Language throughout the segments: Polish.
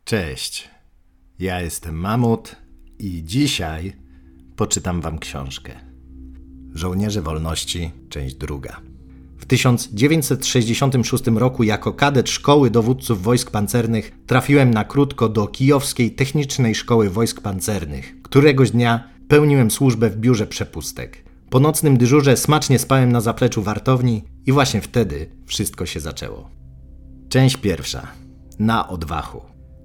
Cześć, ja jestem Mamut i dzisiaj poczytam wam książkę. Żołnierze Wolności, część druga. W 1966 roku jako kadet Szkoły Dowódców Wojsk Pancernych trafiłem na krótko do Kijowskiej Technicznej Szkoły Wojsk Pancernych. Któregoś dnia pełniłem służbę w biurze przepustek. Po nocnym dyżurze smacznie spałem na zapleczu wartowni i właśnie wtedy wszystko się zaczęło. Część pierwsza. Na odwachu.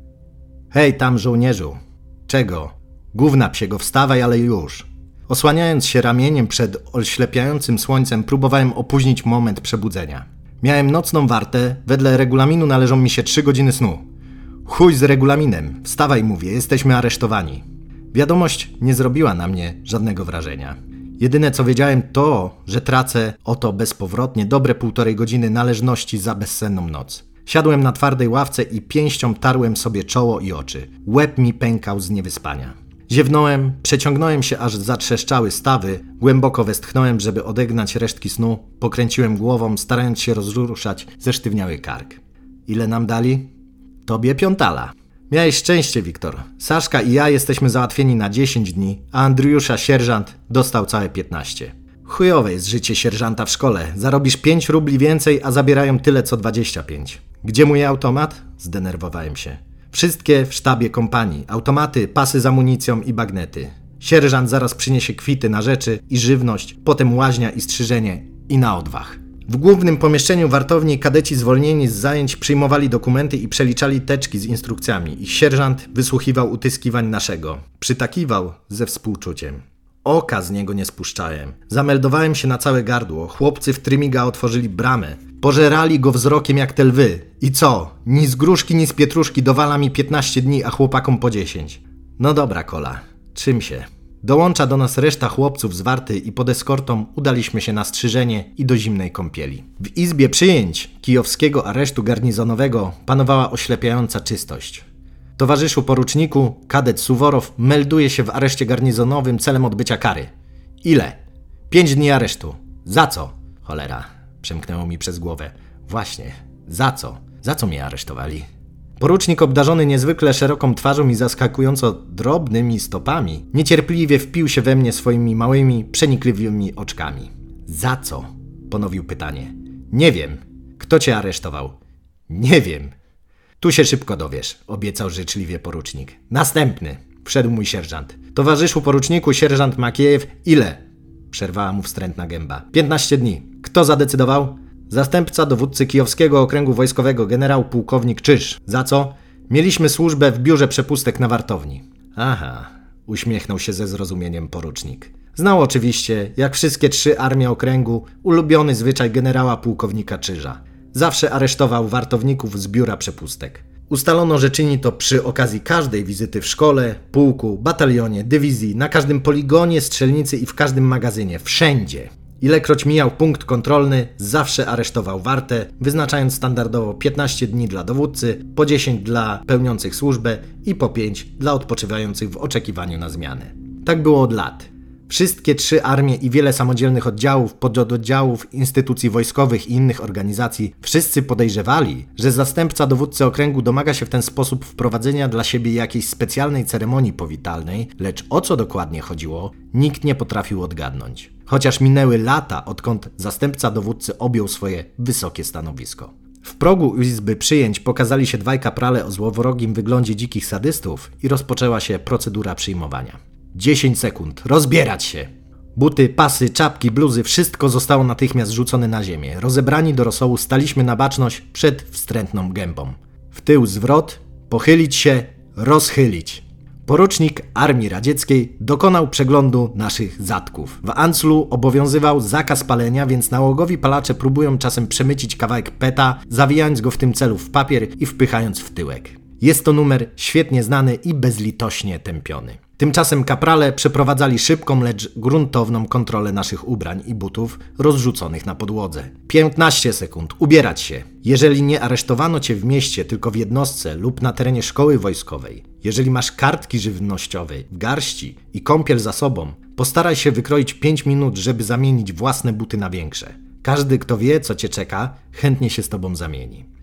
Hej tam, żołnierzu! Czego? Gówna psiego, wstawaj, ale już! Osłaniając się ramieniem przed oślepiającym słońcem, próbowałem opóźnić moment przebudzenia. Miałem nocną wartę, wedle regulaminu należą mi się 3 godziny snu. Chuj z regulaminem, wstawaj, mówię, jesteśmy aresztowani. Wiadomość nie zrobiła na mnie żadnego wrażenia. Jedyne co wiedziałem to, że tracę oto bezpowrotnie dobre 1,5 godziny należności za bezsenną noc. Siadłem na twardej ławce i pięścią tarłem sobie czoło i oczy. Łeb mi pękał z niewyspania. Ziewnąłem, przeciągnąłem się aż zatrzeszczały stawy, głęboko westchnąłem, żeby odegnać resztki snu, pokręciłem głową, starając się rozruszać zesztywniały kark. Ile nam dali? Tobie 5. Miałeś szczęście, Wiktor. Saszka i ja jesteśmy załatwieni na 10 dni, a Andriusza sierżant dostał całe 15. Chujowe jest życie sierżanta w szkole. Zarobisz 5 rubli więcej, a zabierają tyle co 25. Gdzie mój automat? Zdenerwowałem się. Wszystkie w sztabie kompanii. Automaty, pasy z amunicją i bagnety. Sierżant zaraz przyniesie kwity na rzeczy i żywność, potem łaźnia i strzyżenie i na odwach. W głównym pomieszczeniu wartowni kadeci zwolnieni z zajęć przyjmowali dokumenty i przeliczali teczki z instrukcjami. Ich sierżant wysłuchiwał utyskiwań naszego. Przytakiwał ze współczuciem. Oka z niego nie spuszczałem. Zameldowałem się na całe gardło. Chłopcy w trymiga otworzyli bramę. Pożerali go wzrokiem jak te lwy. I co? Ni z gruszki, ni z pietruszki dowala mi 15 dni, a chłopakom po 10. No dobra, Kola. Czym się? Dołącza do nas reszta chłopców z warty i pod eskortą udaliśmy się na strzyżenie i do zimnej kąpieli. W izbie przyjęć kijowskiego aresztu garnizonowego panowała oślepiająca czystość. Towarzyszu poruczniku, kadet Suworow melduje się w areszcie garnizonowym celem odbycia kary. Ile? 5 dni aresztu. Za co? Cholera, przemknęło mi przez głowę. Właśnie, za co? Za co mnie aresztowali? Porucznik obdarzony niezwykle szeroką twarzą i zaskakująco drobnymi stopami niecierpliwie wpił się we mnie swoimi małymi, przenikliwymi oczkami. Za co? Ponowił pytanie. Nie wiem. Kto cię aresztował? Nie wiem. Tu się szybko dowiesz, obiecał życzliwie porucznik. Następny, wszedł mój sierżant. Towarzyszu poruczniku, sierżant Makiejew, ile? Przerwała mu wstrętna gęba. 15 dni. Kto zadecydował? Zastępca dowódcy Kijowskiego Okręgu Wojskowego, generał pułkownik Czyż. Za co? Mieliśmy służbę w biurze przepustek na wartowni. Aha, uśmiechnął się ze zrozumieniem porucznik. Znał oczywiście, jak wszystkie 3 armie okręgu, ulubiony zwyczaj generała pułkownika Czyża. Zawsze aresztował wartowników z biura przepustek. Ustalono, że czyni to przy okazji każdej wizyty w szkole, pułku, batalionie, dywizji, na każdym poligonie, strzelnicy i w każdym magazynie. Wszędzie. Ilekroć mijał punkt kontrolny, zawsze aresztował wartę, wyznaczając standardowo 15 dni dla dowódcy, po 10 dla pełniących służbę i po 5 dla odpoczywających w oczekiwaniu na zmianę. Tak było od lat. Wszystkie 3 armie i wiele samodzielnych oddziałów, pododdziałów, instytucji wojskowych i innych organizacji, wszyscy podejrzewali, że zastępca dowódcy okręgu domaga się w ten sposób wprowadzenia dla siebie jakiejś specjalnej ceremonii powitalnej, lecz o co dokładnie chodziło, nikt nie potrafił odgadnąć. Chociaż minęły lata, odkąd zastępca dowódcy objął swoje wysokie stanowisko. W progu izby przyjęć pokazali się 2 kaprale o złowrogim wyglądzie dzikich sadystów i rozpoczęła się procedura przyjmowania. 10 sekund. Rozbierać się! Buty, pasy, czapki, bluzy, wszystko zostało natychmiast rzucone na ziemię. Rozebrani do rosołu staliśmy na baczność przed wstrętną gębą. W tył zwrot, pochylić się, rozchylić. Porucznik Armii Radzieckiej dokonał przeglądu naszych zatków. W Anclu obowiązywał zakaz palenia, więc nałogowi palacze próbują czasem przemycić kawałek peta, zawijając go w tym celu w papier i wpychając w tyłek. Jest to numer świetnie znany i bezlitośnie tępiony. Tymczasem kaprale przeprowadzali szybką, lecz gruntowną kontrolę naszych ubrań i butów rozrzuconych na podłodze. 15 sekund. Ubierać się. Jeżeli nie aresztowano cię w mieście, tylko w jednostce lub na terenie szkoły wojskowej, jeżeli masz kartki żywnościowe w garści i kąpiel za sobą, postaraj się wykroić 5 minut, żeby zamienić własne buty na większe. Każdy, kto wie, co cię czeka, chętnie się z tobą zamieni.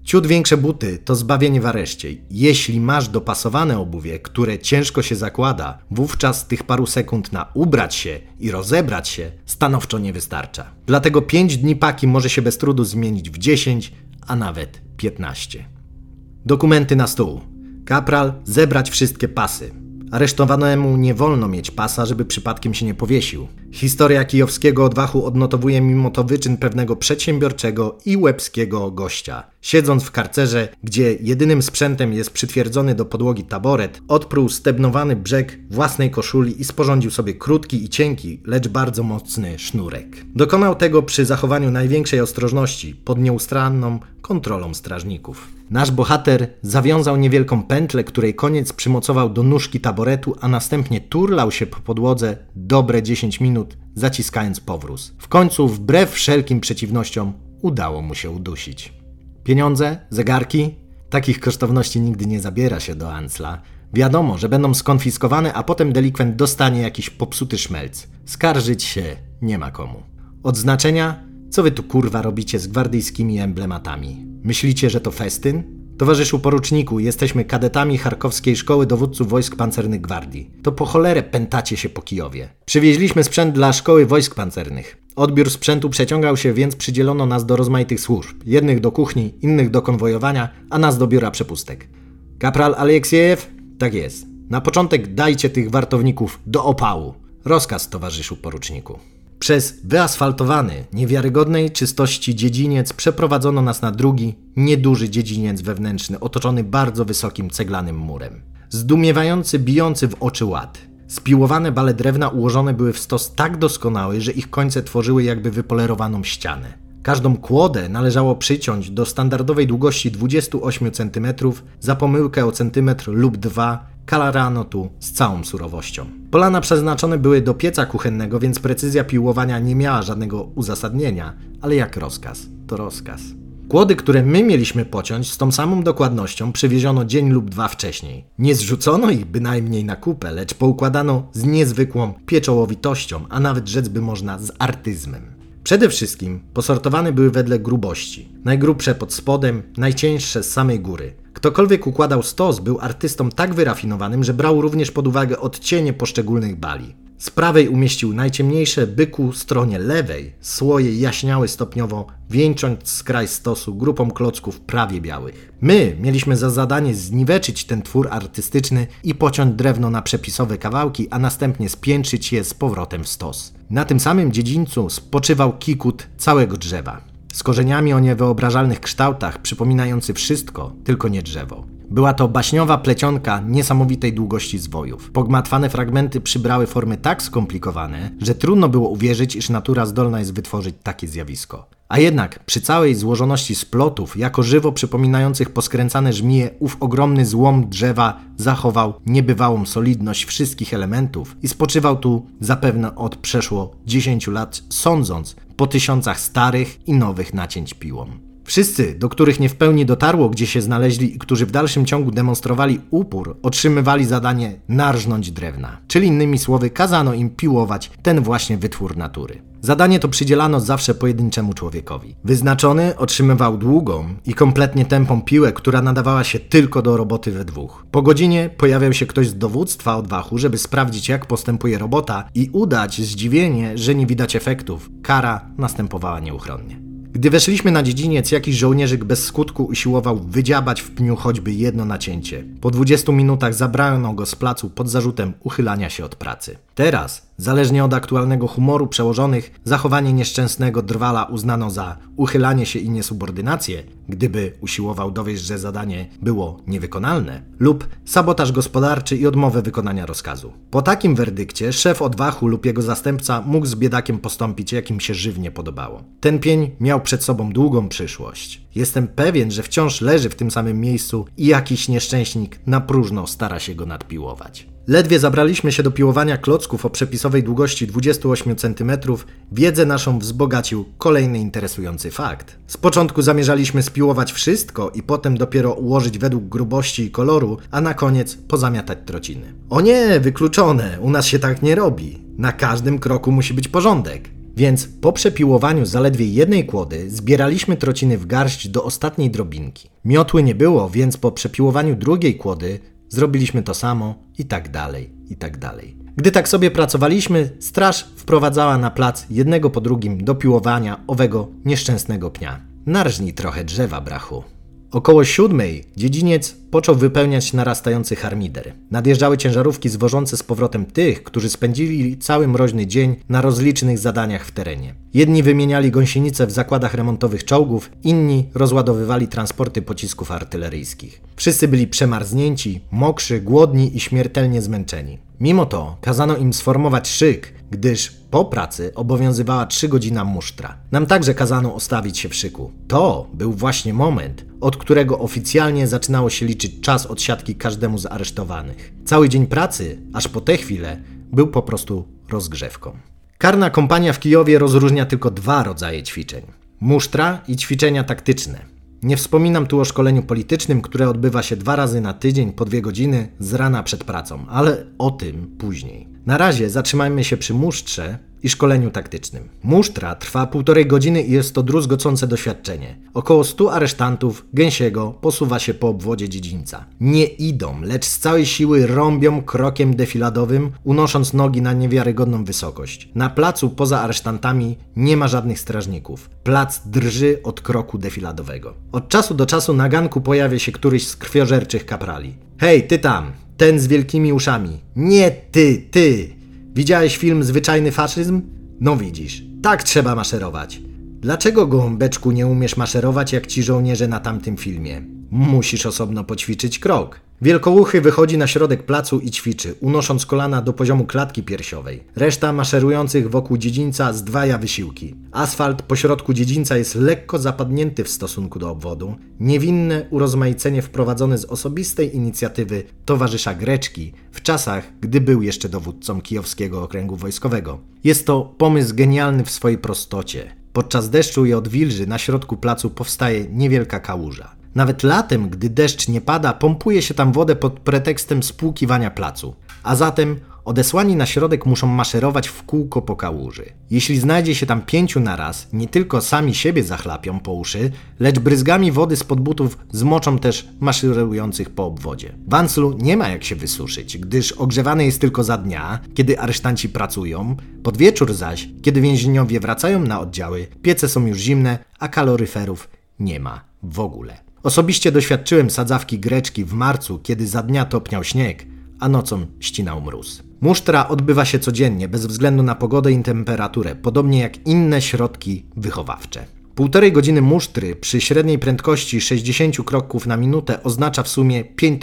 Ciut większe buty to zbawienie w areszcie. Jeśli masz dopasowane obuwie, które ciężko się zakłada, wówczas tych paru sekund na ubrać się i rozebrać się stanowczo nie wystarcza. Dlatego 5 dni paki może się bez trudu zmienić w 10, a nawet 15. Dokumenty na stół. Kapral, zebrać wszystkie pasy. Aresztowanemu nie wolno mieć pasa, żeby przypadkiem się nie powiesił. Historia kijowskiego odwachu odnotowuje mimo to wyczyn pewnego przedsiębiorczego i łebskiego gościa. Siedząc w karcerze, gdzie jedynym sprzętem jest przytwierdzony do podłogi taboret, odpruł stebnowany brzeg własnej koszuli i sporządził sobie krótki i cienki, lecz bardzo mocny sznurek. Dokonał tego przy zachowaniu największej ostrożności, pod nieustanną kontrolą strażników. Nasz bohater zawiązał niewielką pętlę, której koniec przymocował do nóżki taboretu, a następnie turlał się po podłodze dobre 10 minut, zaciskając powróz. W końcu, wbrew wszelkim przeciwnościom, udało mu się udusić. Pieniądze, zegarki? Takich kosztowności nigdy nie zabiera się do Ancla. Wiadomo, że będą skonfiskowane, a potem delikwent dostanie jakiś popsuty szmelc. Skarżyć się nie ma komu. Odznaczenia? Co wy tu kurwa robicie z gwardyjskimi emblematami? Myślicie, że to festyn? Towarzyszu poruczniku, jesteśmy kadetami Charkowskiej Szkoły Dowódców Wojsk Pancernych Gwardii. To po cholerę pętacie się po Kijowie. Przywieźliśmy sprzęt dla Szkoły Wojsk Pancernych. Odbiór sprzętu przeciągał się, więc przydzielono nas do rozmaitych służb. Jednych do kuchni, innych do konwojowania, a nas do biura przepustek. Kapral Aleksiejew? Tak jest. Na początek dajcie tych wartowników do opału. Rozkaz, towarzyszu poruczniku. Przez wyasfaltowany, niewiarygodnej czystości dziedziniec przeprowadzono nas na drugi, nieduży dziedziniec wewnętrzny, otoczony bardzo wysokim ceglanym murem. Zdumiewający, bijący w oczy ład. Spiłowane bale drewna ułożone były w stos tak doskonały, że ich końce tworzyły jakby wypolerowaną ścianę. Każdą kłodę należało przyciąć do standardowej długości 28 cm, za pomyłkę o centymetr lub 2 karano tu z całą surowością. Polana przeznaczone były do pieca kuchennego, więc precyzja piłowania nie miała żadnego uzasadnienia, ale jak rozkaz, to rozkaz. Kłody, które my mieliśmy pociąć, z tą samą dokładnością przywieziono dzień lub 2 wcześniej. Nie zrzucono ich bynajmniej na kupę, lecz poukładano z niezwykłą pieczołowitością, a nawet rzec by można z artyzmem. Przede wszystkim posortowane były wedle grubości. Najgrubsze pod spodem, najcieńsze z samej góry. Ktokolwiek układał stos, był artystą tak wyrafinowanym, że brał również pod uwagę odcienie poszczególnych bali. Z prawej umieścił najciemniejsze, by ku stronie lewej słoje jaśniały stopniowo, wieńcząc skraj stosu grupą klocków prawie białych. My mieliśmy za zadanie zniweczyć ten twór artystyczny i pociąć drewno na przepisowe kawałki, a następnie spiętrzyć je z powrotem w stos. Na tym samym dziedzińcu spoczywał kikut całego drzewa, z korzeniami o niewyobrażalnych kształtach, przypominający wszystko, tylko nie drzewo. Była to baśniowa plecionka niesamowitej długości zwojów. Pogmatwane fragmenty przybrały formy tak skomplikowane, że trudno było uwierzyć, iż natura zdolna jest wytworzyć takie zjawisko. A jednak przy całej złożoności splotów, jako żywo przypominających poskręcane żmije, ów ogromny złom drzewa zachował niebywałą solidność wszystkich elementów i spoczywał tu zapewne od przeszło 10 lat, sądząc po tysiącach starych i nowych nacięć piłą. Wszyscy, do których nie w pełni dotarło, gdzie się znaleźli i którzy w dalszym ciągu demonstrowali upór, otrzymywali zadanie narżnąć drewna. Czyli innymi słowy, kazano im piłować ten właśnie wytwór natury. Zadanie to przydzielano zawsze pojedynczemu człowiekowi. Wyznaczony otrzymywał długą i kompletnie tępą piłę, która nadawała się tylko do roboty we dwóch. Po godzinie pojawiał się ktoś z dowództwa odwachu, żeby sprawdzić, jak postępuje robota i udać zdziwienie, że nie widać efektów. Kara następowała nieuchronnie. Gdy weszliśmy na dziedziniec, jakiś żołnierzyk bez skutku usiłował wydziabać w pniu choćby jedno nacięcie. Po 20 minutach zabrano go z placu pod zarzutem uchylania się od pracy. Teraz, zależnie od aktualnego humoru przełożonych, zachowanie nieszczęsnego drwala uznano za uchylanie się i niesubordynację, gdyby usiłował dowieść, że zadanie było niewykonalne, lub sabotaż gospodarczy i odmowę wykonania rozkazu. Po takim werdykcie szef odwachu lub jego zastępca mógł z biedakiem postąpić, jak im się żywnie podobało. Ten pień miał przed sobą długą przyszłość. Jestem pewien, że wciąż leży w tym samym miejscu i jakiś nieszczęśnik na próżno stara się go nadpiłować. Ledwie zabraliśmy się do piłowania klocków o przepisowej długości 28 cm, wiedzę naszą wzbogacił kolejny interesujący fakt. Z początku zamierzaliśmy spiłować wszystko i potem dopiero ułożyć według grubości i koloru, a na koniec pozamiatać trociny. O nie, wykluczone, u nas się tak nie robi. Na każdym kroku musi być porządek. Więc po przepiłowaniu zaledwie jednej kłody zbieraliśmy trociny w garść do ostatniej drobinki. Miotły nie było, więc po przepiłowaniu drugiej kłody zrobiliśmy to samo i tak dalej, i tak dalej. Gdy tak sobie pracowaliśmy, straż wprowadzała na plac jednego po drugim do piłowania owego nieszczęsnego pnia. Narżnij trochę drzewa, brachu. Około 7 dziedziniec począł wypełniać narastający harmider. Nadjeżdżały ciężarówki zwożące z powrotem tych, którzy spędzili cały mroźny dzień na rozlicznych zadaniach w terenie. Jedni wymieniali gąsienice w zakładach remontowych czołgów, inni rozładowywali transporty pocisków artyleryjskich. Wszyscy byli przemarznięci, mokrzy, głodni i śmiertelnie zmęczeni. Mimo to kazano im sformować szyk, gdyż po pracy obowiązywała 3-godzina musztra. Nam także kazano ostawić się w szyku. To był właśnie moment, od którego oficjalnie zaczynało się liczyć czas odsiadki każdemu z aresztowanych. Cały dzień pracy, aż po tę chwilę, był po prostu rozgrzewką. Karna kompania w Kijowie rozróżnia tylko 2 rodzaje ćwiczeń. Musztra i ćwiczenia taktyczne. Nie wspominam tu o szkoleniu politycznym, które odbywa się 2 razy na tydzień po 2 godziny z rana przed pracą, ale o tym później. Na razie zatrzymajmy się przy musztrze i szkoleniu taktycznym. Musztra trwa 1,5 godziny i jest to druzgocące doświadczenie. Około 100 aresztantów Gęsiego posuwa się po obwodzie dziedzińca. Nie idą, lecz z całej siły rąbią krokiem defiladowym, unosząc nogi na niewiarygodną wysokość. Na placu poza aresztantami nie ma żadnych strażników. Plac drży od kroku defiladowego. Od czasu do czasu na ganku pojawia się któryś z krwiożerczych kaprali. Hej, ty tam! Ten z wielkimi uszami. Nie ty! Widziałeś film Zwyczajny faszyzm? No widzisz, tak trzeba maszerować. Dlaczego, gołąbeczku, nie umiesz maszerować jak ci żołnierze na tamtym filmie? Musisz osobno poćwiczyć krok. Wielkouchy wychodzi na środek placu i ćwiczy, unosząc kolana do poziomu klatki piersiowej. Reszta maszerujących wokół dziedzińca zdwaja wysiłki. Asfalt pośrodku dziedzińca jest lekko zapadnięty w stosunku do obwodu. Niewinne urozmaicenie wprowadzone z osobistej inicjatywy towarzysza Greczki w czasach, gdy był jeszcze dowódcą Kijowskiego Okręgu Wojskowego. Jest to pomysł genialny w swojej prostocie. Podczas deszczu i odwilży na środku placu powstaje niewielka kałuża. Nawet latem, gdy deszcz nie pada, pompuje się tam wodę pod pretekstem spłukiwania placu. A zatem odesłani na środek muszą maszerować w kółko po kałuży. Jeśli znajdzie się tam 5 naraz, nie tylko sami siebie zachlapią po uszy, lecz bryzgami wody spod butów zmoczą też maszerujących po obwodzie. Wanslu nie ma jak się wysuszyć, gdyż ogrzewany jest tylko za dnia, kiedy aresztanci pracują, pod wieczór zaś, kiedy więźniowie wracają na oddziały, piece są już zimne, a kaloryferów nie ma w ogóle. Osobiście doświadczyłem sadzawki Greczki w marcu, kiedy za dnia topniał śnieg, a nocą ścinał mróz. Musztra odbywa się codziennie, bez względu na pogodę i temperaturę, podobnie jak inne środki wychowawcze. 1,5 godziny musztry przy średniej prędkości 60 kroków na minutę oznacza w sumie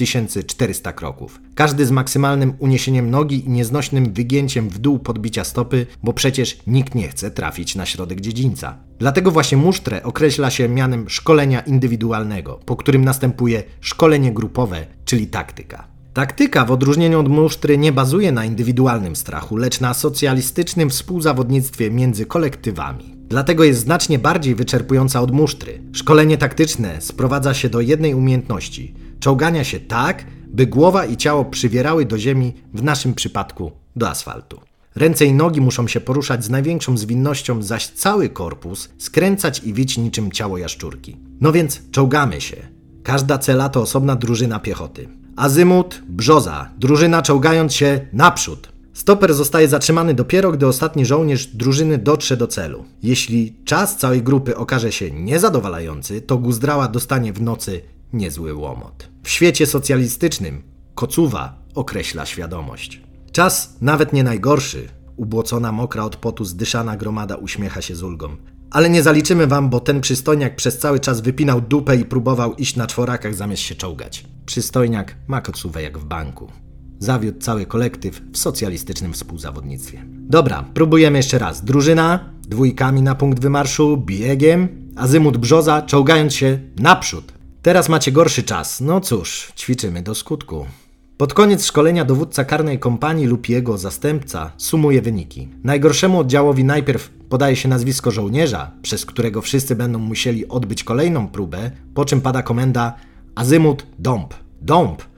5400 kroków. Każdy z maksymalnym uniesieniem nogi i nieznośnym wygięciem w dół podbicia stopy, bo przecież nikt nie chce trafić na środek dziedzińca. Dlatego właśnie musztrę określa się mianem szkolenia indywidualnego, po którym następuje szkolenie grupowe, czyli taktyka. Taktyka w odróżnieniu od musztry nie bazuje na indywidualnym strachu, lecz na socjalistycznym współzawodnictwie między kolektywami. Dlatego jest znacznie bardziej wyczerpująca od musztry. Szkolenie taktyczne sprowadza się do jednej umiejętności – czołgania się tak, by głowa i ciało przywierały do ziemi, w naszym przypadku do asfaltu. Ręce i nogi muszą się poruszać z największą zwinnością, zaś cały korpus skręcać i wić niczym ciało jaszczurki. No więc czołgamy się. Każda cela to osobna drużyna piechoty. Azymut, brzoza, drużyna czołgając się naprzód. Stoper zostaje zatrzymany dopiero, gdy ostatni żołnierz drużyny dotrze do celu. Jeśli czas całej grupy okaże się niezadowalający, to Guzdrała dostanie w nocy niezły łomot. W świecie socjalistycznym kocuwa określa świadomość. Czas nawet nie najgorszy. Ubłocona, mokra od potu, zdyszana gromada uśmiecha się z ulgą. Ale nie zaliczymy wam, bo ten przystojniak przez cały czas wypinał dupę i próbował iść na czworakach zamiast się czołgać. Przystojniak ma kocówę jak w banku. Zawiódł cały kolektyw w socjalistycznym współzawodnictwie. Dobra, próbujemy jeszcze raz. Drużyna, 2 na punkt wymarszu, biegiem, azymut brzoza, czołgając się naprzód. Teraz macie gorszy czas. No cóż, ćwiczymy do skutku. Pod koniec szkolenia dowódca karnej kompanii lub jego zastępca sumuje wyniki. Najgorszemu oddziałowi najpierw podaje się nazwisko żołnierza, przez którego wszyscy będą musieli odbyć kolejną próbę, po czym pada komenda azymut dąb. Dąb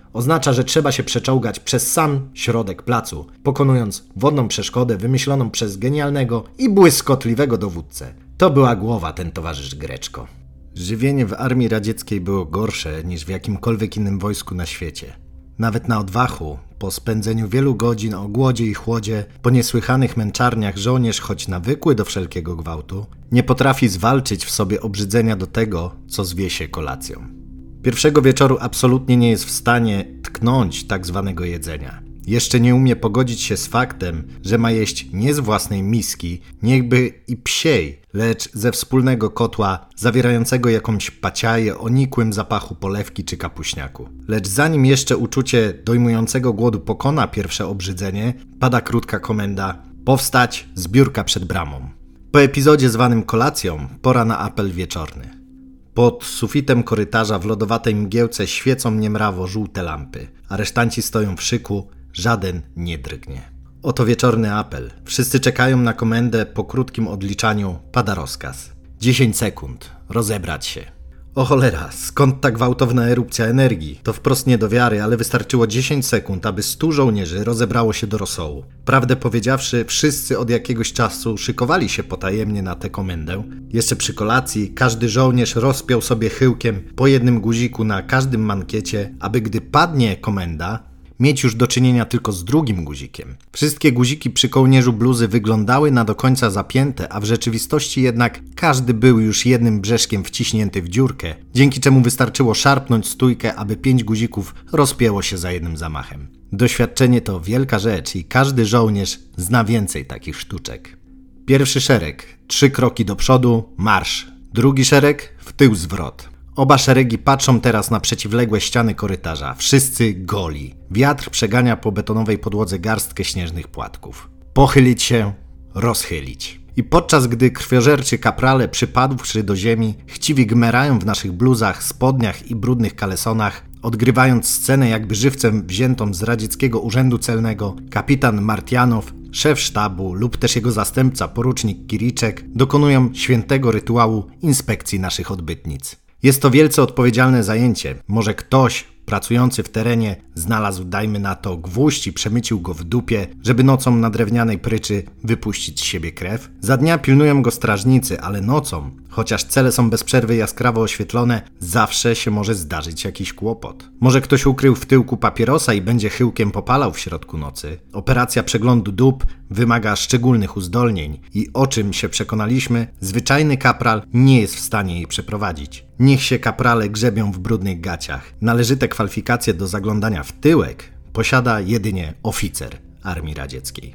Oznacza, że trzeba się przeczołgać przez sam środek placu, pokonując wodną przeszkodę wymyśloną przez genialnego i błyskotliwego dowódcę. To była głowa, ten towarzysz Greczko. Żywienie w armii radzieckiej było gorsze niż w jakimkolwiek innym wojsku na świecie. Nawet na odwachu, po spędzeniu wielu godzin o głodzie i chłodzie, po niesłychanych męczarniach żołnierz, choć nawykły do wszelkiego gwałtu, nie potrafi zwalczyć w sobie obrzydzenia do tego, co zwie się kolacją. Pierwszego wieczoru absolutnie nie jest w stanie tknąć tak zwanego jedzenia. Jeszcze nie umie pogodzić się z faktem, że ma jeść nie z własnej miski, niechby i psiej, lecz ze wspólnego kotła zawierającego jakąś paciaję o nikłym zapachu polewki czy kapuśniaku. Lecz zanim jeszcze uczucie dojmującego głodu pokona pierwsze obrzydzenie, pada krótka komenda: powstać, zbiórka przed bramą. Po epizodzie zwanym kolacją pora na apel wieczorny. Pod sufitem korytarza w lodowatej mgiełce świecą niemrawo żółte lampy. Aresztanci stoją w szyku, żaden nie drgnie. Oto wieczorny apel. Wszyscy czekają na komendę, po krótkim odliczaniu pada rozkaz. 10 sekund. Rozebrać się. O cholera, skąd ta gwałtowna erupcja energii? To wprost nie do wiary, ale wystarczyło 10 sekund, aby 100 żołnierzy rozebrało się do rosołu. Prawdę powiedziawszy, wszyscy od jakiegoś czasu szykowali się potajemnie na tę komendę. Jeszcze przy kolacji każdy żołnierz rozpiął sobie chyłkiem po jednym guziku na każdym mankiecie, aby gdy padnie komenda, mieć już do czynienia tylko z drugim guzikiem. Wszystkie guziki przy kołnierzu bluzy wyglądały na do końca zapięte, a w rzeczywistości jednak każdy był już jednym brzeszkiem wciśnięty w dziurkę, dzięki czemu wystarczyło szarpnąć stójkę, aby 5 guzików rozpięło się za jednym zamachem. Doświadczenie to wielka rzecz i każdy żołnierz zna więcej takich sztuczek. Pierwszy szereg, 3 kroki do przodu, marsz. Drugi szereg, w tył zwrot. Oba szeregi patrzą teraz na przeciwległe ściany korytarza. Wszyscy goli. Wiatr przegania po betonowej podłodze garstkę śnieżnych płatków. Pochylić się, rozchylić. I podczas gdy krwiożerczy kaprale przypadłszy do ziemi chciwi gmerają w naszych bluzach, spodniach i brudnych kalesonach, odgrywając scenę jakby żywcem wziętą z radzieckiego urzędu celnego, kapitan Martianow, szef sztabu lub też jego zastępca porucznik Kiriczek dokonują świętego rytuału inspekcji naszych odbytnic. Jest to wielce odpowiedzialne zajęcie. Może ktoś pracujący w terenie znalazł, dajmy na to, gwóźdź i przemycił go w dupie, żeby nocą na drewnianej pryczy wypuścić z siebie krew. Za dnia pilnują go strażnicy, ale nocą, chociaż cele są bez przerwy jaskrawo oświetlone, zawsze się może zdarzyć jakiś kłopot. Może ktoś ukrył w tyłku papierosa i będzie chyłkiem popalał w środku nocy. Operacja przeglądu dup wymaga szczególnych uzdolnień i o czym się przekonaliśmy, zwyczajny kapral nie jest w stanie jej przeprowadzić. Niech się kaprale grzebią w brudnych gaciach. Należyte kwalifikacje do zaglądania w tyłek posiada jedynie oficer Armii Radzieckiej.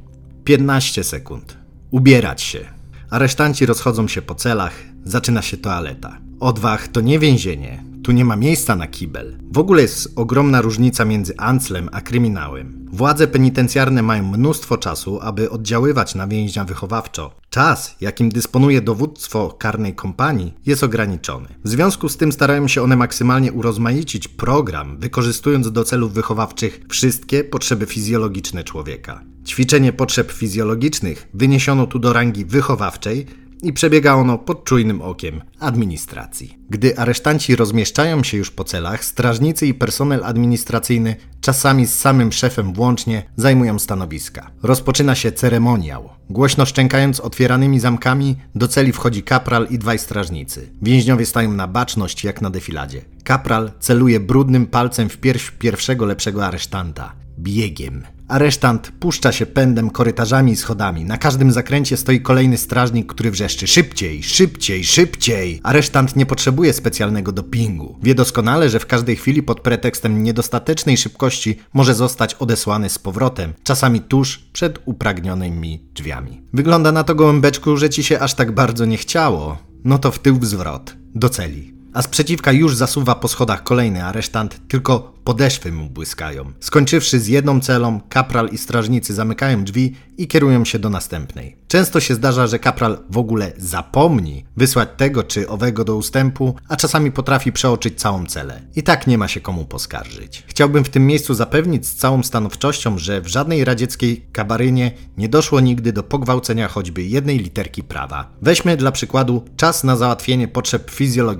15 sekund. Ubierać się. Aresztanci rozchodzą się po celach, zaczyna się toaleta. Odwach to nie więzienie, tu nie ma miejsca na kibel. W ogóle jest ogromna różnica między anclem a kryminałem. Władze penitencjarne mają mnóstwo czasu, aby oddziaływać na więźnia wychowawczo. Czas, jakim dysponuje dowództwo karnej kompanii, jest ograniczony. W związku z tym starają się one maksymalnie urozmaicić program, wykorzystując do celów wychowawczych wszystkie potrzeby fizjologiczne człowieka. Ćwiczenie potrzeb fizjologicznych wyniesiono tu do rangi wychowawczej i przebiega ono pod czujnym okiem administracji. Gdy aresztanci rozmieszczają się już po celach, strażnicy i personel administracyjny, czasami z samym szefem włącznie, zajmują stanowiska. Rozpoczyna się ceremoniał. Głośno szczękając otwieranymi zamkami, do celi wchodzi kapral i 2 strażnicy. Więźniowie stają na baczność jak na defiladzie. Kapral celuje brudnym palcem w pierś pierwszego lepszego aresztanta. Biegiem. Aresztant puszcza się pędem korytarzami i schodami. Na każdym zakręcie stoi kolejny strażnik, który wrzeszczy: szybciej, szybciej, szybciej! Aresztant nie potrzebuje specjalnego dopingu. Wie doskonale, że w każdej chwili pod pretekstem niedostatecznej szybkości może zostać odesłany z powrotem, czasami tuż przed upragnionymi drzwiami. Wygląda na to, gołębeczku, że ci się aż tak bardzo nie chciało. No to w tył w zwrot, do celi. A sprzeciwka już zasuwa po schodach kolejny aresztant, tylko podeszwy mu błyskają. Skończywszy z jedną celą, kapral i strażnicy zamykają drzwi i kierują się do następnej. Często się zdarza, że kapral w ogóle zapomni wysłać tego czy owego do ustępu, a czasami potrafi przeoczyć całą celę. I tak nie ma się komu poskarżyć. Chciałbym w tym miejscu zapewnić z całą stanowczością, że w żadnej radzieckiej kabarynie nie doszło nigdy do pogwałcenia choćby jednej literki prawa. Weźmy dla przykładu czas na załatwienie potrzeb fizjologicznych.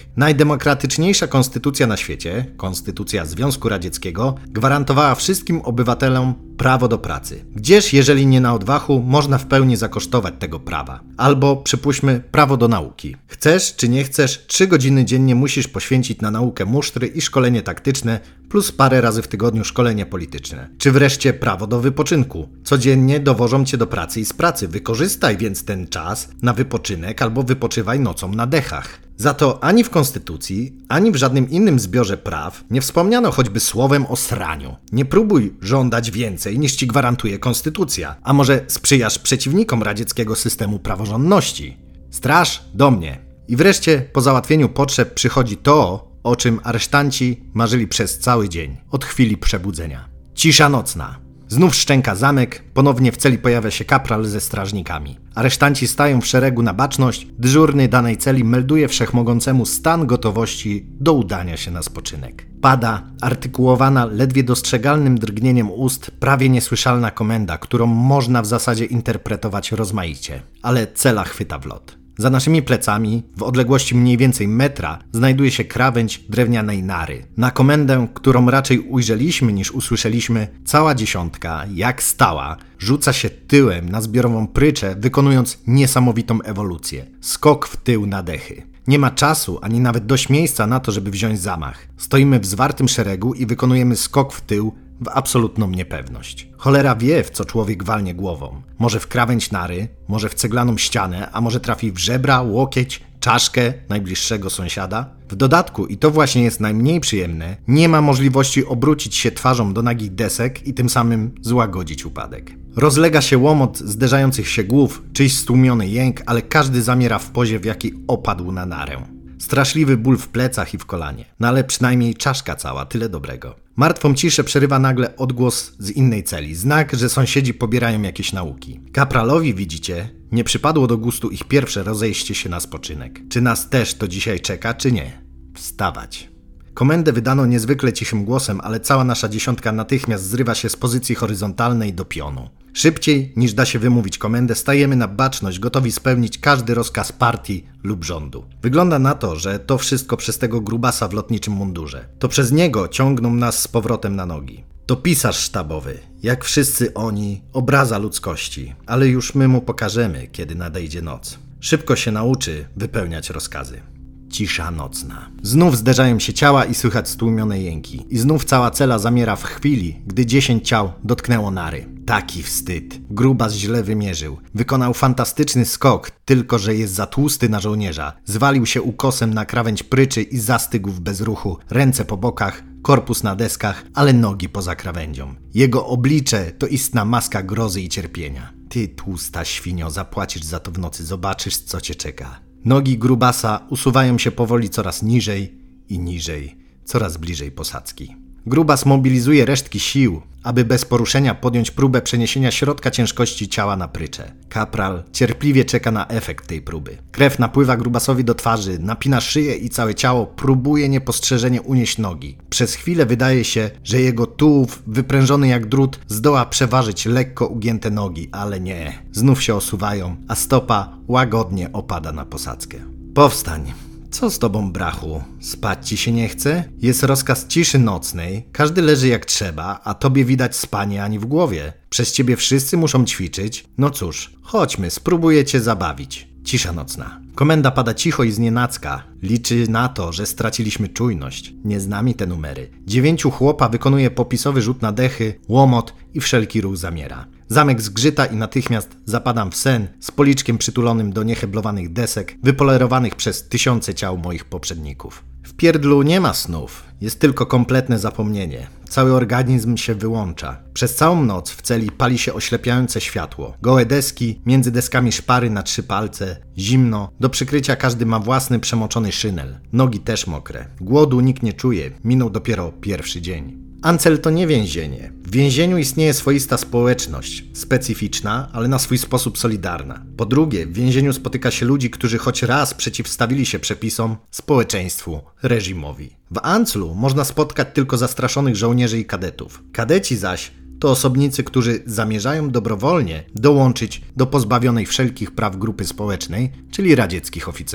Najdemokratyczniejsza konstytucja na świecie, Konstytucja Związku Radzieckiego, gwarantowała wszystkim obywatelom prawo do pracy. Gdzież, jeżeli nie na odwachu, można w pełni zakosztować tego prawa? Albo, przypuśćmy, prawo do nauki. Chcesz czy nie chcesz, 3 godziny dziennie musisz poświęcić na naukę musztry i szkolenie taktyczne, plus parę razy w tygodniu szkolenie polityczne. Czy wreszcie prawo do wypoczynku. Codziennie dowożą cię do pracy i z pracy. Wykorzystaj więc ten czas na wypoczynek albo wypoczywaj nocą na dechach. Za to ani w Konstytucji, ani w żadnym innym zbiorze praw nie wspomniano choćby słowem o sraniu. Nie próbuj żądać więcej niż ci gwarantuje Konstytucja. A może sprzyjasz przeciwnikom radzieckiego systemu praworządności? Straż do mnie. I wreszcie po załatwieniu potrzeb przychodzi to, o czym aresztanci marzyli przez cały dzień, od chwili przebudzenia. Cisza nocna. Znów szczęka zamek, ponownie w celi pojawia się kapral ze strażnikami. Aresztanci stają w szeregu na baczność, dyżurny danej celi melduje wszechmogącemu stan gotowości do udania się na spoczynek. Pada, artykułowana ledwie dostrzegalnym drgnieniem ust, prawie niesłyszalna komenda, którą można w zasadzie interpretować rozmaicie, ale cela chwyta w lot. Za naszymi plecami, w odległości mniej więcej metra, znajduje się krawędź drewnianej nary. Na komendę, którą raczej ujrzeliśmy niż usłyszeliśmy, cała dziesiątka, jak stała, rzuca się tyłem na zbiorową pryczę, wykonując niesamowitą ewolucję. Skok w tył na dechy. Nie ma czasu, ani nawet dość miejsca na to, żeby wziąć zamach. Stoimy w zwartym szeregu i wykonujemy skok w tył w absolutną niepewność. Cholera wie, w co człowiek walnie głową. Może w krawędź nary, może w ceglaną ścianę, a może trafi w żebra, łokieć, czaszkę najbliższego sąsiada. W dodatku, i to właśnie jest najmniej przyjemne, nie ma możliwości obrócić się twarzą do nagich desek i tym samym złagodzić upadek. Rozlega się łomot zderzających się głów, czyjś stłumiony jęk, ale każdy zamiera w pozie, w jaki opadł na narę. Straszliwy ból w plecach i w kolanie. No ale przynajmniej czaszka cała, tyle dobrego. Martwą ciszę przerywa nagle odgłos z innej celi. Znak, że sąsiedzi pobierają jakieś nauki. Kapralowi, widzicie, nie przypadło do gustu ich pierwsze rozejście się na spoczynek. Czy nas też to dzisiaj czeka, czy nie? Wstawać. Komendę wydano niezwykle cichym głosem, ale cała nasza dziesiątka natychmiast zrywa się z pozycji horyzontalnej do pionu. Szybciej niż da się wymówić komendę, stajemy na baczność, gotowi spełnić każdy rozkaz partii lub rządu. Wygląda na to, że to wszystko przez tego grubasa w lotniczym mundurze. To przez niego ciągną nas z powrotem na nogi. To pisarz sztabowy, jak wszyscy oni, obraza ludzkości, ale już my mu pokażemy, kiedy nadejdzie noc. Szybko się nauczy wypełniać rozkazy. Cisza nocna. Znów zderzają się ciała i słychać stłumione jęki. I znów cała cela zamiera w chwili, gdy 10 ciał dotknęło nary. Taki wstyd. Grubas źle wymierzył. Wykonał fantastyczny skok, tylko że jest za tłusty na żołnierza. Zwalił się ukosem na krawędź pryczy i zastygł w bezruchu. Ręce po bokach, korpus na deskach, ale nogi poza krawędzią. Jego oblicze to istna maska grozy i cierpienia. Ty, tłusta świnio, zapłacisz za to w nocy, zobaczysz, co cię czeka. Nogi grubasa usuwają się powoli coraz niżej i niżej, coraz bliżej posadzki. Grubas mobilizuje resztki sił, aby bez poruszenia podjąć próbę przeniesienia środka ciężkości ciała na pryczę. Kapral cierpliwie czeka na efekt tej próby. Krew napływa grubasowi do twarzy, napina szyję i całe ciało, próbuje niepostrzeżenie unieść nogi. Przez chwilę wydaje się, że jego tułów, wyprężony jak drut, zdoła przeważyć lekko ugięte nogi, ale nie. Znów się osuwają, a stopa łagodnie opada na posadzkę. Powstań. Co z tobą, brachu? Spać ci się nie chce? Jest rozkaz ciszy nocnej, każdy leży jak trzeba, a tobie widać spanie ani w głowie. Przez ciebie wszyscy muszą ćwiczyć. No cóż, chodźmy, spróbuję cię zabawić. Cisza nocna. Komenda pada cicho i znienacka. Liczy na to, że straciliśmy czujność. Nie znamy te numery. 9 chłopa wykonuje popisowy rzut na dechy, łomot i wszelki ruch zamiera. Zamek zgrzyta i natychmiast zapadam w sen z policzkiem przytulonym do nieheblowanych desek, wypolerowanych przez tysiące ciał moich poprzedników. W pierdlu nie ma snów, jest tylko kompletne zapomnienie. Cały organizm się wyłącza. Przez całą noc w celi pali się oślepiające światło. Gołe deski, między deskami szpary na 3 palce, zimno, do przykrycia każdy ma własny przemoczony szynel. Nogi też mokre. Głodu nikt nie czuje, minął dopiero pierwszy dzień. Ancel to nie więzienie. W więzieniu istnieje swoista społeczność, specyficzna, ale na swój sposób solidarna. Po drugie, w więzieniu spotyka się ludzi, którzy choć raz przeciwstawili się przepisom, społeczeństwu, reżimowi. W Anclu można spotkać tylko zastraszonych żołnierzy i kadetów. Kadeci zaś to osobnicy, którzy zamierzają dobrowolnie dołączyć do pozbawionej wszelkich praw grupy społecznej, czyli radzieckich oficerów.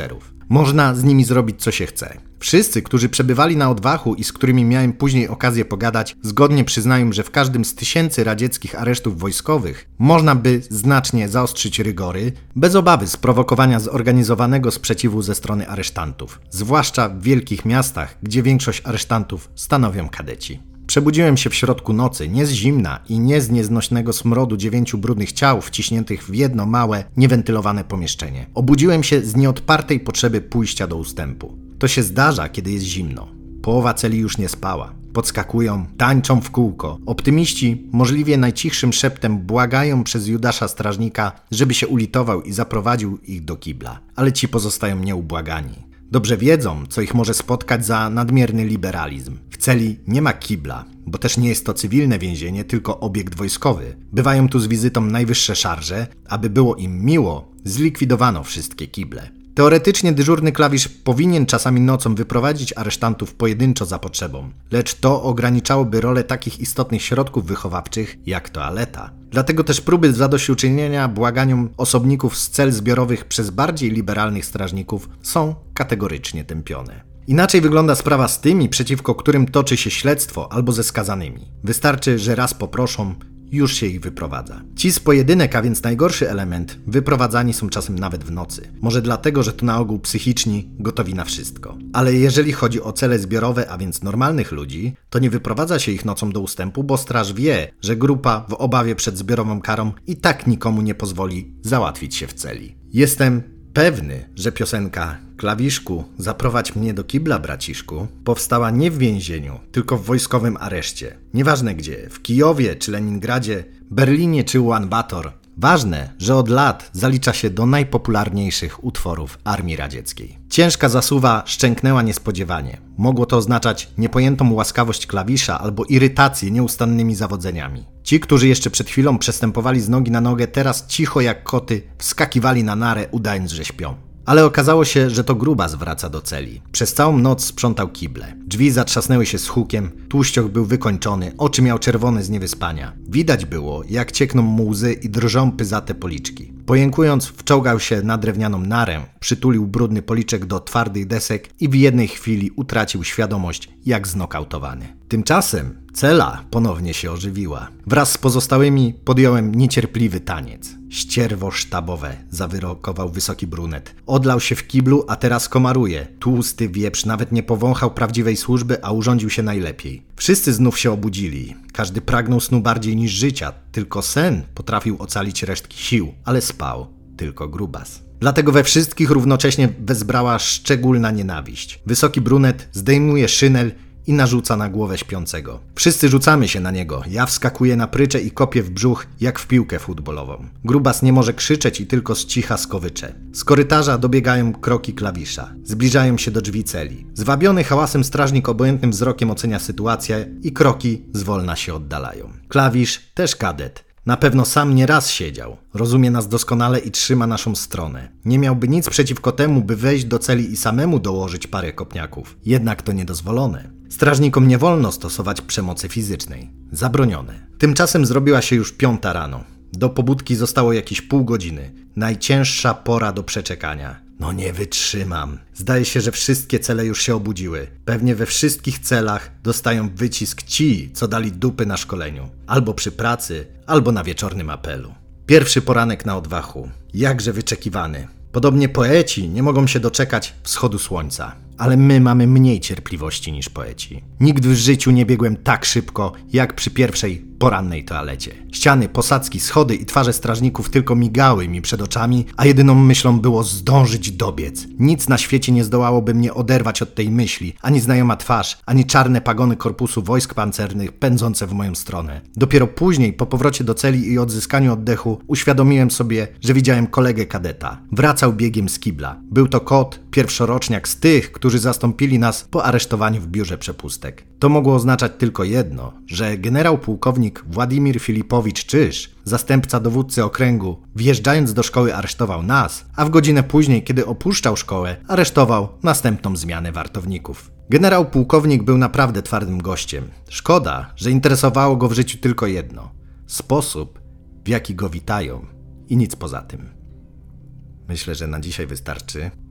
Można z nimi zrobić co się chce. Wszyscy, którzy przebywali na odwachu i z którymi miałem później okazję pogadać, zgodnie przyznają, że w każdym z tysięcy radzieckich aresztów wojskowych można by znacznie zaostrzyć rygory, bez obawy sprowokowania zorganizowanego sprzeciwu ze strony aresztantów, zwłaszcza w wielkich miastach, gdzie większość aresztantów stanowią kadeci. Przebudziłem się w środku nocy, nie z zimna i nie z nieznośnego smrodu 9 brudnych ciał wciśniętych w jedno małe, niewentylowane pomieszczenie. Obudziłem się z nieodpartej potrzeby pójścia do ustępu. To się zdarza, kiedy jest zimno. Połowa celi już nie spała. Podskakują, tańczą w kółko. Optymiści możliwie najcichszym szeptem błagają przez Judasza strażnika, żeby się ulitował i zaprowadził ich do kibla. Ale ci pozostają nieubłagani. Dobrze wiedzą, co ich może spotkać za nadmierny liberalizm. W celi nie ma kibla, bo też nie jest to cywilne więzienie, tylko obiekt wojskowy. Bywają tu z wizytą najwyższe szarże. Aby było im miło, zlikwidowano wszystkie kible. Teoretycznie dyżurny klawisz powinien czasami nocą wyprowadzić aresztantów pojedynczo za potrzebą, lecz to ograniczałoby rolę takich istotnych środków wychowawczych jak toaleta. Dlatego też próby zadośćuczynienia błaganiom osobników z cel zbiorowych przez bardziej liberalnych strażników są kategorycznie tępione. Inaczej wygląda sprawa z tymi, przeciwko którym toczy się śledztwo albo ze skazanymi. Wystarczy, że raz poproszą, już się ich wyprowadza. Ci z pojedynek, a więc najgorszy element, wyprowadzani są czasem nawet w nocy. Może dlatego, że to na ogół psychiczni, gotowi na wszystko. Ale jeżeli chodzi o cele zbiorowe, a więc normalnych ludzi, to nie wyprowadza się ich nocą do ustępu, bo straż wie, że grupa w obawie przed zbiorową karą i tak nikomu nie pozwoli załatwić się w celi. Jestem pewny, że piosenka Klawiszku, zaprowadź mnie do kibla, braciszku, powstała nie w więzieniu, tylko w wojskowym areszcie. Nieważne gdzie, w Kijowie czy Leningradzie, Berlinie czy Ulaanbaatar. Ważne, że od lat zalicza się do najpopularniejszych utworów Armii Radzieckiej. Ciężka zasuwa szczęknęła niespodziewanie. Mogło to oznaczać niepojętą łaskawość klawisza albo irytację nieustannymi zawodzeniami. Ci, którzy jeszcze przed chwilą przestępowali z nogi na nogę, teraz cicho jak koty wskakiwali na narę, udając, że śpią. Ale okazało się, że to Grubas wraca do celi. Przez całą noc sprzątał kible. Drzwi zatrzasnęły się z hukiem, tłuścioch był wykończony, oczy miał czerwone z niewyspania. Widać było, jak ciekną mu łzy i drżą pyzate policzki. Pojękując, wczołgał się na drewnianą narę, przytulił brudny policzek do twardych desek i w jednej chwili utracił świadomość, jak znokautowany. Tymczasem cela ponownie się ożywiła. Wraz z pozostałymi podjąłem niecierpliwy taniec. Ścierwo sztabowe, zawyrokował wysoki brunet. Odlał się w kiblu, a teraz komaruje. Tłusty wieprz nawet nie powąchał prawdziwej służby, a urządził się najlepiej. Wszyscy znów się obudzili. Każdy pragnął snu bardziej niż życia. Tylko sen potrafił ocalić resztki sił, ale spał tylko Grubas. Dlatego we wszystkich równocześnie wezbrała szczególna nienawiść. Wysoki brunet zdejmuje szynel i narzuca na głowę śpiącego. Wszyscy rzucamy się na niego. Ja wskakuję na pryczę i kopię w brzuch, jak w piłkę futbolową. Grubas nie może krzyczeć i tylko z cicha skowycze. Z korytarza dobiegają kroki klawisza. Zbliżają się do drzwi celi. Zwabiony hałasem strażnik obojętnym wzrokiem ocenia sytuację i kroki zwolna się oddalają. Klawisz, też kadet. Na pewno sam nie raz siedział. Rozumie nas doskonale i trzyma naszą stronę. Nie miałby nic przeciwko temu, by wejść do celi i samemu dołożyć parę kopniaków. Jednak to niedozwolone. Strażnikom nie wolno stosować przemocy fizycznej. Zabronione. Tymczasem zrobiła się już 5 rano. Do pobudki zostało jakieś pół godziny. Najcięższa pora do przeczekania. No nie wytrzymam. Zdaje się, że wszystkie cele już się obudziły. Pewnie we wszystkich celach dostają wycisk ci, co dali dupy na szkoleniu. Albo przy pracy, albo na wieczornym apelu. Pierwszy poranek na odwachu. Jakże wyczekiwany. Podobnie poeci nie mogą się doczekać wschodu słońca. Ale my mamy mniej cierpliwości niż poeci. Nigdy w życiu nie biegłem tak szybko, jak przy pierwszej porannej toalecie. Ściany, posadzki, schody i twarze strażników tylko migały mi przed oczami, a jedyną myślą było zdążyć dobiec. Nic na świecie nie zdołałoby mnie oderwać od tej myśli, ani znajoma twarz, ani czarne pagony korpusu wojsk pancernych pędzące w moją stronę. Dopiero później, po powrocie do celi i odzyskaniu oddechu, uświadomiłem sobie, że widziałem kolegę kadeta. Wracał biegiem z kibla. Był to kot, pierwszoroczniak z tych, którzy zastąpili nas po aresztowaniu w biurze przepustek. To mogło oznaczać tylko jedno, że generał pułkownik Władimir Filipowicz Czyż, zastępca dowódcy okręgu, wjeżdżając do szkoły aresztował nas, a w godzinę później, kiedy opuszczał szkołę, aresztował następną zmianę wartowników. Generał pułkownik był naprawdę twardym gościem. Szkoda, że interesowało go w życiu tylko jedno. Sposób, w jaki go witają i nic poza tym. Myślę, że na dzisiaj wystarczy.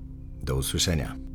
Do usłyszenia.